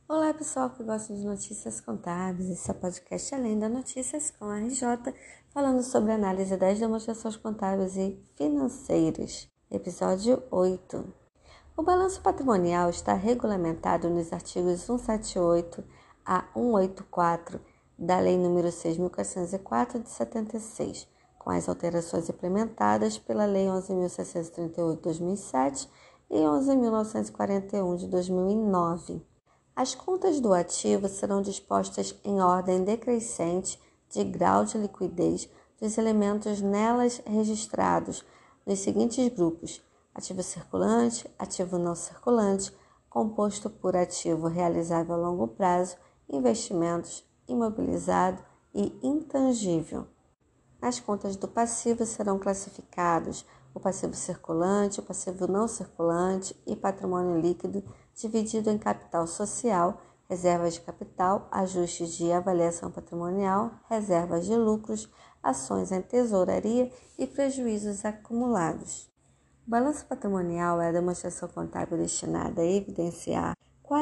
Olá pessoal que gostam de notícias contábeis, esse é o podcast Além da Notícias com a RJ, falando sobre a análise das demonstrações contábeis e financeiras. Episódio 8. O balanço patrimonial está regulamentado nos artigos 178 a 184 da Lei nº 6.404 de 76, com as alterações implementadas pela Lei 11.638 de 2007 e 11.941 de 2009. As contas do ativo serão dispostas em ordem decrescente de grau de liquidez dos elementos nelas registrados nos seguintes grupos: ativo circulante, ativo não circulante, composto por ativo realizável a longo prazo, investimentos, imobilizado e intangível. Nas contas do passivo serão classificados o passivo circulante, o passivo não circulante e patrimônio líquido, dividido em capital social, reservas de capital, ajustes de avaliação patrimonial, reservas de lucros, ações em tesouraria e prejuízos acumulados. O balanço patrimonial é a demonstração contábil destinada a evidenciar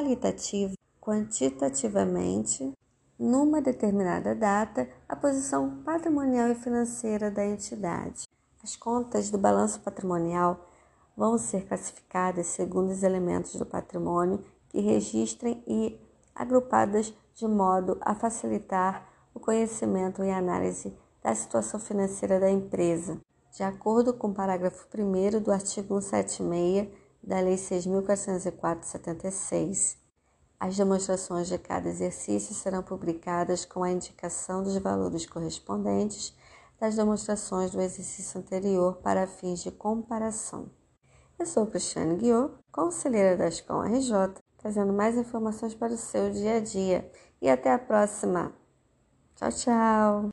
quantitativamente, numa determinada data, a posição patrimonial e financeira da entidade. As contas do balanço patrimonial vão ser classificadas segundo os elementos do patrimônio que registrem e agrupadas de modo a facilitar o conhecimento e análise da situação financeira da empresa, de acordo com o parágrafo 1º do artigo 176 da Lei 6.404 de 76. As demonstrações de cada exercício serão publicadas com a indicação dos valores correspondentes das demonstrações do exercício anterior para fins de comparação. Eu sou Cristiane Guiot, conselheira da Ascom RJ, trazendo mais informações para o seu dia a dia. E até a próxima. Tchau, tchau!